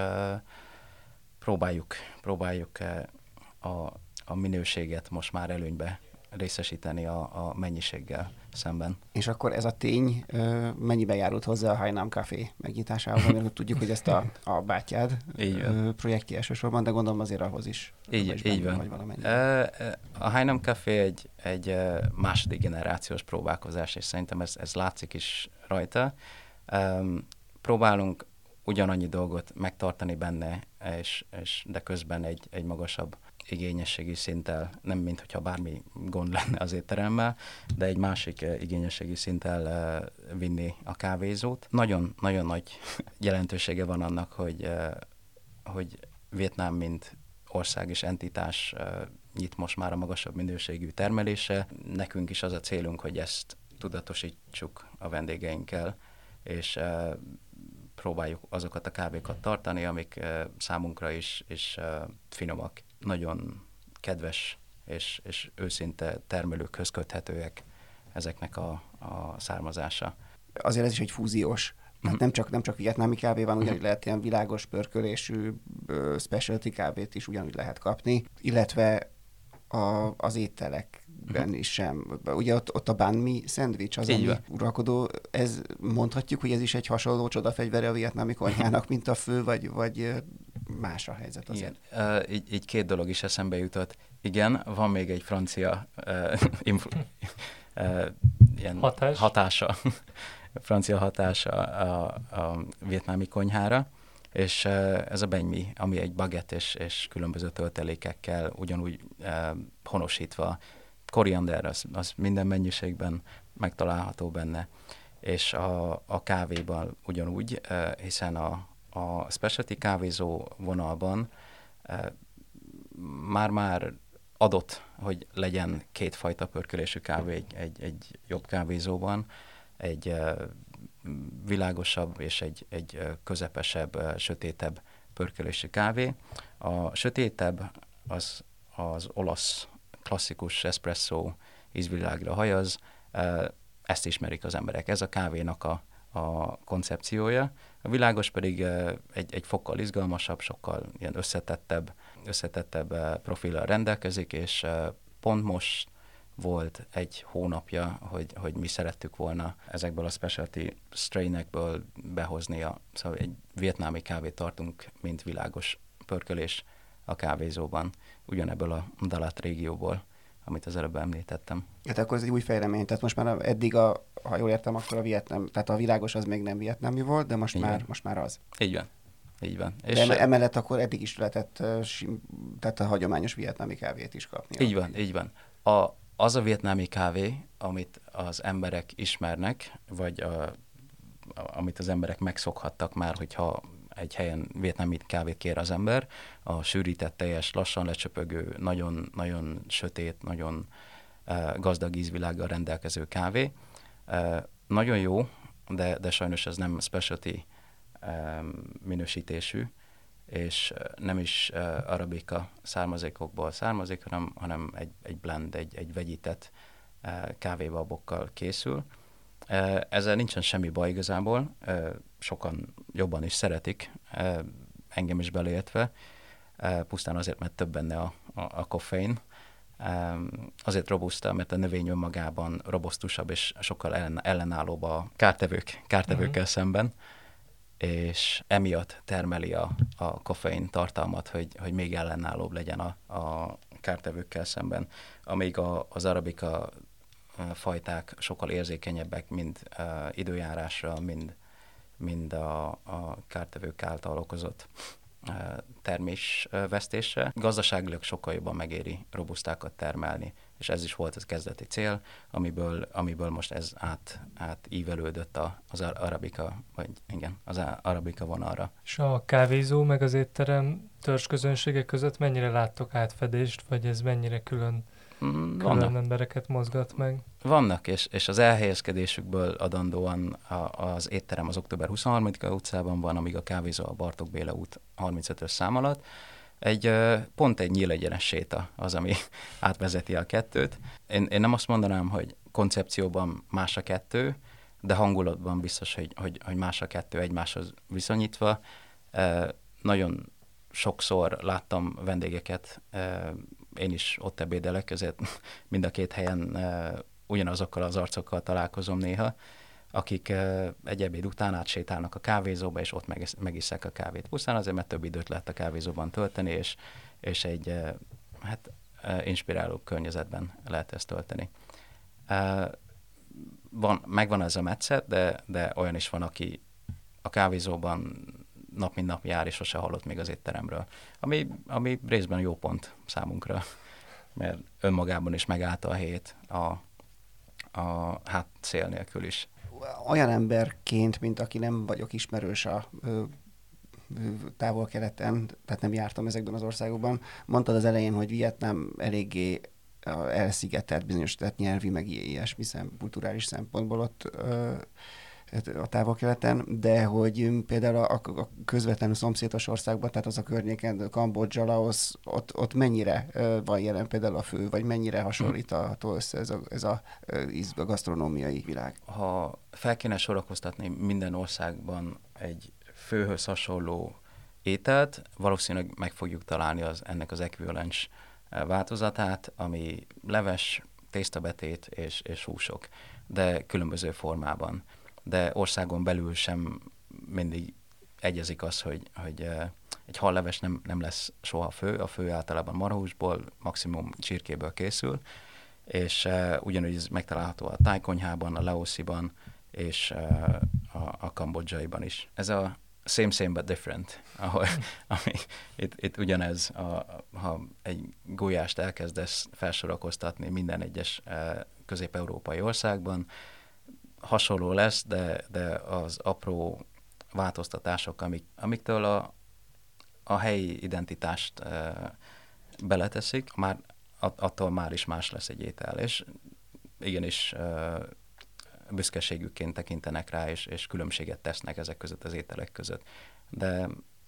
A: próbáljuk a minőséget most már előnybe részesíteni a mennyiséggel szemben.
B: És akkor ez a tény mennyiben járult hozzá a Hainam Café megnyitásához, amiről tudjuk, hogy ezt a bátyád projektje elsősorban, de gondolom azért ahhoz is.
A: Így van. A Hainam Café egy második generációs próbálkozás, és szerintem ez látszik is rajta. Próbálunk ugyanannyi dolgot megtartani benne, de közben egy magasabb igényességi szinttel, nem mint hogyha bármi gond lenne az étteremmel, de egy másik igényességi szinttel vinni a kávézót. Nagyon, nagyon nagy jelentősége van annak, hogy Vietnám mint ország és entitás nyit most már a magasabb minőségű termelésre. Nekünk is az a célunk, hogy ezt tudatosítsuk a vendégeinkkel, és próbáljuk azokat a kávékat tartani, amik számunkra is finomak. Nagyon kedves és őszinte termelőkhöz köthetőek ezeknek a származása.
B: Azért ez is egy fúziós. Hát nem csak vietnámi kávé van, ugyanúgy lehet ilyen világos pörkölésű specialty kávét is ugyanúgy lehet kapni, illetve az ételekben is sem. Ugye ott a banh mi szendvics az, ami uralkodó. Ez mondhatjuk, hogy ez is egy hasonló csodafegyvere a vietnámi konyhának, mint a fő, vagy más a helyzet azért?
A: Igen. Így két dolog is eszembe jutott. Igen, van még egy francia ilyen hatása, francia hatása a vietnámi konyhára, és ez a banh mi, ami egy baguette és különböző töltelékekkel ugyanúgy honosítva. Koriander, az minden mennyiségben megtalálható benne, és a kávéban ugyanúgy, hiszen a specialty kávézó vonalban már adott, hogy legyen kétfajta pörkölésű kávé egy jobb kávézóban, egy világosabb és egy közepesebb, sötétebb pörkölésű kávé. A sötétebb az olasz klasszikus espresso ízvilágra hajaz, ezt ismerik az emberek. Ez a kávénak a koncepciója. A világos pedig egy fokkal izgalmasabb, sokkal ilyen összetettebb profillal rendelkezik, és pont most volt egy hónapja, hogy mi szerettük volna ezekből a specialty strainekből behozni, szóval egy vietnámi kávét tartunk, mint világos pörkölés a kávézóban, ugyanebből a Dalat régióból, amit az előbb említettem.
B: Hát akkor ez egy új fejlemény, tehát most már eddig, ha jól értem, akkor a vietnám, tehát a világos az még nem vietnámi volt, de most már az.
A: Így van.
B: De és emellett akkor eddig is lehetett tehát a hagyományos vietnámi kávét is kapni.
A: Így van. Az a vietnámi kávé, amit az emberek ismernek, vagy amit az emberek megszokhattak már, hogyha egy helyen vietnámi kávét kér az ember, a sűrített, teljes, lassan lecsöpögő, nagyon, nagyon sötét, nagyon gazdag ízvilággal rendelkező kávé. Nagyon jó, de sajnos ez nem specialty minősítésű, és nem is arabika származékokból származik, hanem egy blend, egy vegyített kávébabokkal készül. Ezzel nincsen semmi baj igazából, sokan jobban is szeretik, engem is beleértve, pusztán azért, mert több benne a koffein. Azért robuszta, mert a növény önmagában robusztusabb és sokkal ellenállóbb a kártevőkkel szemben, és emiatt termeli a koffein tartalmat, hogy még ellenállóbb legyen a kártevőkkel szemben. Amíg az arabika fajták sokkal érzékenyebbek, mind időjárásra, mind a kártevők által okozott termésvesztésre. Gazdaságilag sokkal jobban megéri robusztákat termelni, és ez is volt az kezdeti cél, amiből most ez átívelődött az arabika, vagy igen, az arabika vonalra.
C: És a kávézó meg az étterem törzsközönségek között mennyire láttok átfedést, vagy ez mennyire külön embereket mozgat meg?
A: Vannak, és az elhelyezkedésükből adandóan az étterem az október 23-a utcában van, amíg a kávézó a Bartók Béla út 35-ös szám alatt. Pont egy nyílegyenes séta az, ami átvezeti a kettőt. Én nem azt mondanám, hogy koncepcióban más a kettő, de hangulatban biztos, hogy más a kettő egymáshoz viszonyítva. Nagyon sokszor láttam vendégeket, én is ott ebédelek, ezért mind a két helyen ugyanazokkal az arcokkal találkozom néha, akik egy ebéd után átsétálnak a kávézóba, és ott megisszák a kávét. Pusztán azért, mert több időt lehet a kávézóban tölteni, és egy inspiráló környezetben lehet ezt tölteni. Megvan ez a metszet, de olyan is van, aki a kávézóban nap mint nap jár, és sose hallott még az étteremről. Ami részben jó pont számunkra, mert önmagában is megállta a helyét a cél nélkül is.
B: Olyan emberként, mint aki nem vagyok ismerős a távol-keleten, tehát nem jártam ezekben az országokban, mondtad az elején, hogy Vietnám eléggé elszigetelt bizonyos, tehát nyelvi, meg ilyesmi kulturális szempontból ott a távol-keleten, de hogy például a közvetlenül szomszédos országban, tehát az a környéken, Kambodzsa, Laosz, ott mennyire van jelen például a fő, vagy mennyire hasonlítható össze ez a gasztronómiai világ?
A: Ha fel kéne sorakoztatni minden országban egy főhöz hasonló ételt, valószínűleg meg fogjuk találni ennek az ekvivalens változatát, ami leves, tésztabetét és húsok, de különböző formában. De országon belül sem mindig egyezik az, hogy egy halleves nem lesz soha fő, a fő általában marhahúsból, maximum csirkéből készül, és ugyanúgy ez megtalálható a tájkonyhában, a laosziban, és a kambodzsaiban is. Ez a same but different, ami itt ugyanez, ha egy gulyást elkezdesz felsorakoztatni minden egyes közép-európai országban, hasonló lesz, de az apró változtatások, amiktől a helyi identitást beleteszik, attól már is más lesz egy étel, és igenis büszkeségükként tekintenek rá, és különbséget tesznek ezek között az ételek között. De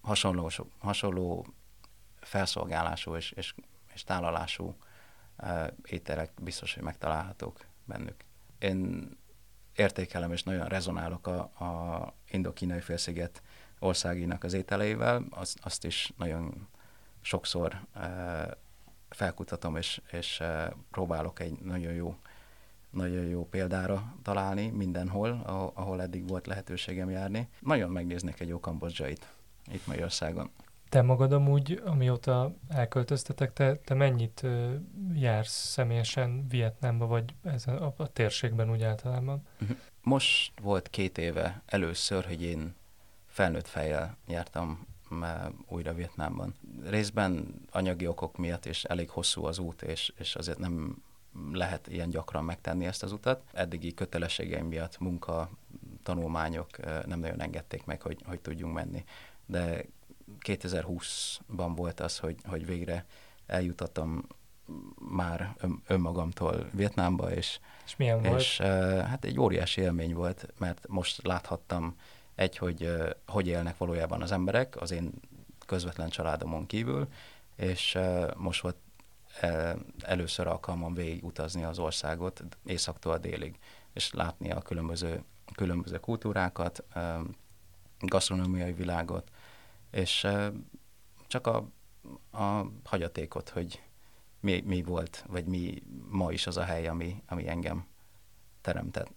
A: hasonló felszolgálású és tálalású ételek biztos, hogy megtalálhatók bennük. Én értékelem és nagyon rezonálok a Indo-kínai félsziget országinak az ételeivel, azt is nagyon sokszor felkutatom, és próbálok egy nagyon jó példára találni mindenhol, ahol eddig volt lehetőségem járni. Nagyon megnéznék egy jó kambodzsait itt Magyarországon.
C: Te magad amúgy, amióta elköltöztetek, te mennyit jársz személyesen Vietnámba, vagy a térségben úgy általában?
A: Most volt 2 éve először, hogy én felnőtt fejjel jártam újra Vietnámban. Részben anyagi okok miatt, és elég hosszú az út, és azért nem lehet ilyen gyakran megtenni ezt az utat. Eddigi kötelességeim miatt munka, tanulmányok nem nagyon engedték meg, hogy tudjunk menni. De 2020-ban volt az, hogy végre eljutottam már önmagamtól Vietnámba, és
C: milyen volt?
A: És hát egy óriási élmény volt, mert most láthattam hogy élnek valójában az emberek, az én közvetlen családomon kívül, és most volt először alkalmam végig utazni az országot északtól délig, és látni a különböző kultúrákat, gasztronómiai világot, és csak a hagyatékot, hogy mi volt, vagy mi ma is az a hely, ami engem teremtett.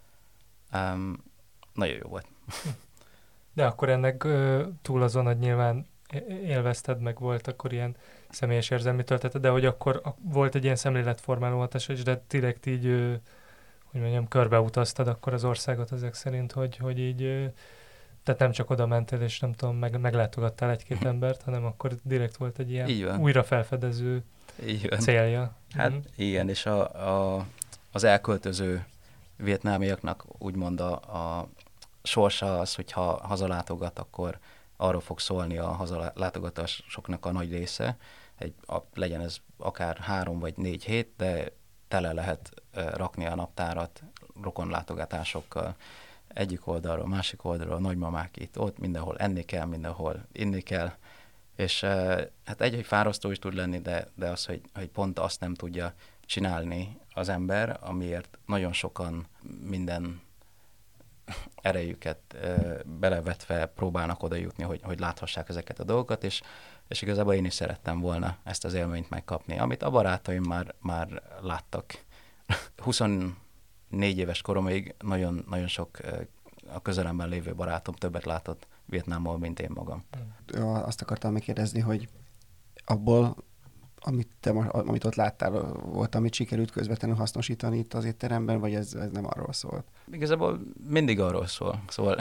A: Nagyon jó volt.
C: De akkor ennek túl azon, hogy nyilván élvezted, meg volt akkor ilyen személyes érzelmi töltete, de hogy akkor volt egy ilyen szemléletformáló hatás is, de direkt így, hogy mondjam, körbeutaztad akkor az országot ezek szerint, hogy így, tehát nem csak oda mentél, és nem tudom, meglátogattál egy-két embert, hanem akkor direkt volt egy ilyen újra felfedező célja.
A: Hát igen, és az elköltöző vietnámiaknak úgymond a sorsa az, hogyha hazalátogat, akkor arról fog szólni a hazalátogatásoknak a nagy része, legyen ez akár 3 vagy 4 hét, de tele lehet rakni a naptárat rokonlátogatásokkal. Egyik oldalról, másik oldalról, nagymamák itt, ott, mindenhol enni kell, mindenhol inni kell, és hát egy fárasztó is tud lenni, de az, hogy pont azt nem tudja csinálni az ember, amiért nagyon sokan minden erejüket belevetve próbálnak oda jutni, hogy láthassák ezeket a dolgokat, és igazából én is szerettem volna ezt az élményt megkapni, amit a barátaim már láttak. 24 éves koromig nagyon, nagyon sok a közelemben lévő barátom többet látott Vietnámból, mint én magam.
B: Azt akartam megkérdezni, hogy abból, amit ott láttál, volt, amit sikerült közvetlenül hasznosítani itt az étteremben, vagy ez nem arról szólt?
A: Igazából mindig arról szól. Szóval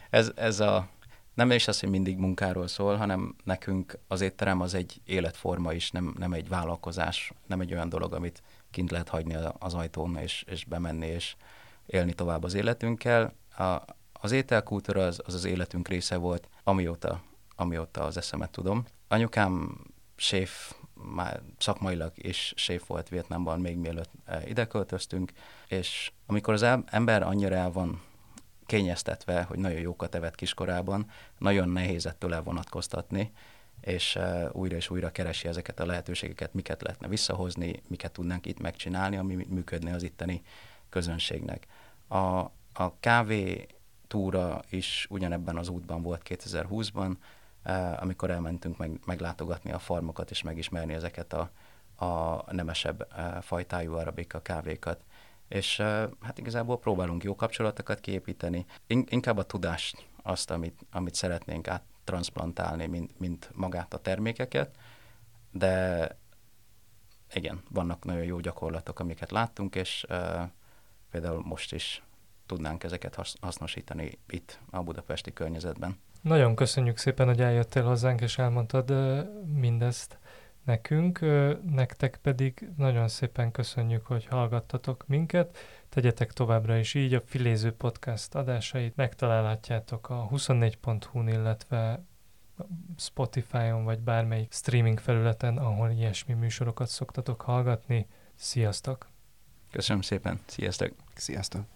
A: nem is az, hogy mindig munkáról szól, hanem nekünk az étterem az egy életforma is, nem egy vállalkozás, nem egy olyan dolog, amit kint lehet hagyni az ajtón, és bemenni, és élni tovább az életünkkel. Az ételkultúra az életünk része volt, amióta az eszemet tudom. Anyukám séf, már szakmailag is séf volt Vietnámban, még mielőtt ide költöztünk, és amikor az ember annyira el van kényeztetve, hogy nagyon jókat evett kiskorában, nagyon nehéz ettől elvonatkoztatni, és újra keresi ezeket a lehetőségeket, miket lehetne visszahozni, miket tudnánk itt megcsinálni, ami működne az itteni közönségnek. A kávé túra is ugyanebben az útban volt 2020-ban, amikor elmentünk meglátogatni a farmokat, és megismerni ezeket a nemesebb fajtájú arabika kávékat. És hát igazából próbálunk jó kapcsolatokat kiépíteni. Inkább a tudást, azt, amit szeretnénk áttranszplantálni, mint magát a termékeket, de igen, vannak nagyon jó gyakorlatok, amiket láttunk, és például most is tudnánk ezeket hasznosítani itt a budapesti környezetben.
C: Nagyon köszönjük szépen, hogy eljöttél hozzánk, és elmondtad mindezt nekünk. Nektek pedig nagyon szépen köszönjük, hogy hallgattatok minket. Tegyetek továbbra is így. A Filéző Podcast adásait megtalálhatjátok a 24.hu-n, illetve Spotify-on, vagy bármelyik streaming felületen, ahol ilyesmi műsorokat szoktatok hallgatni. Sziasztok!
A: Köszönöm szépen! Sziasztok!
B: Sziasztok!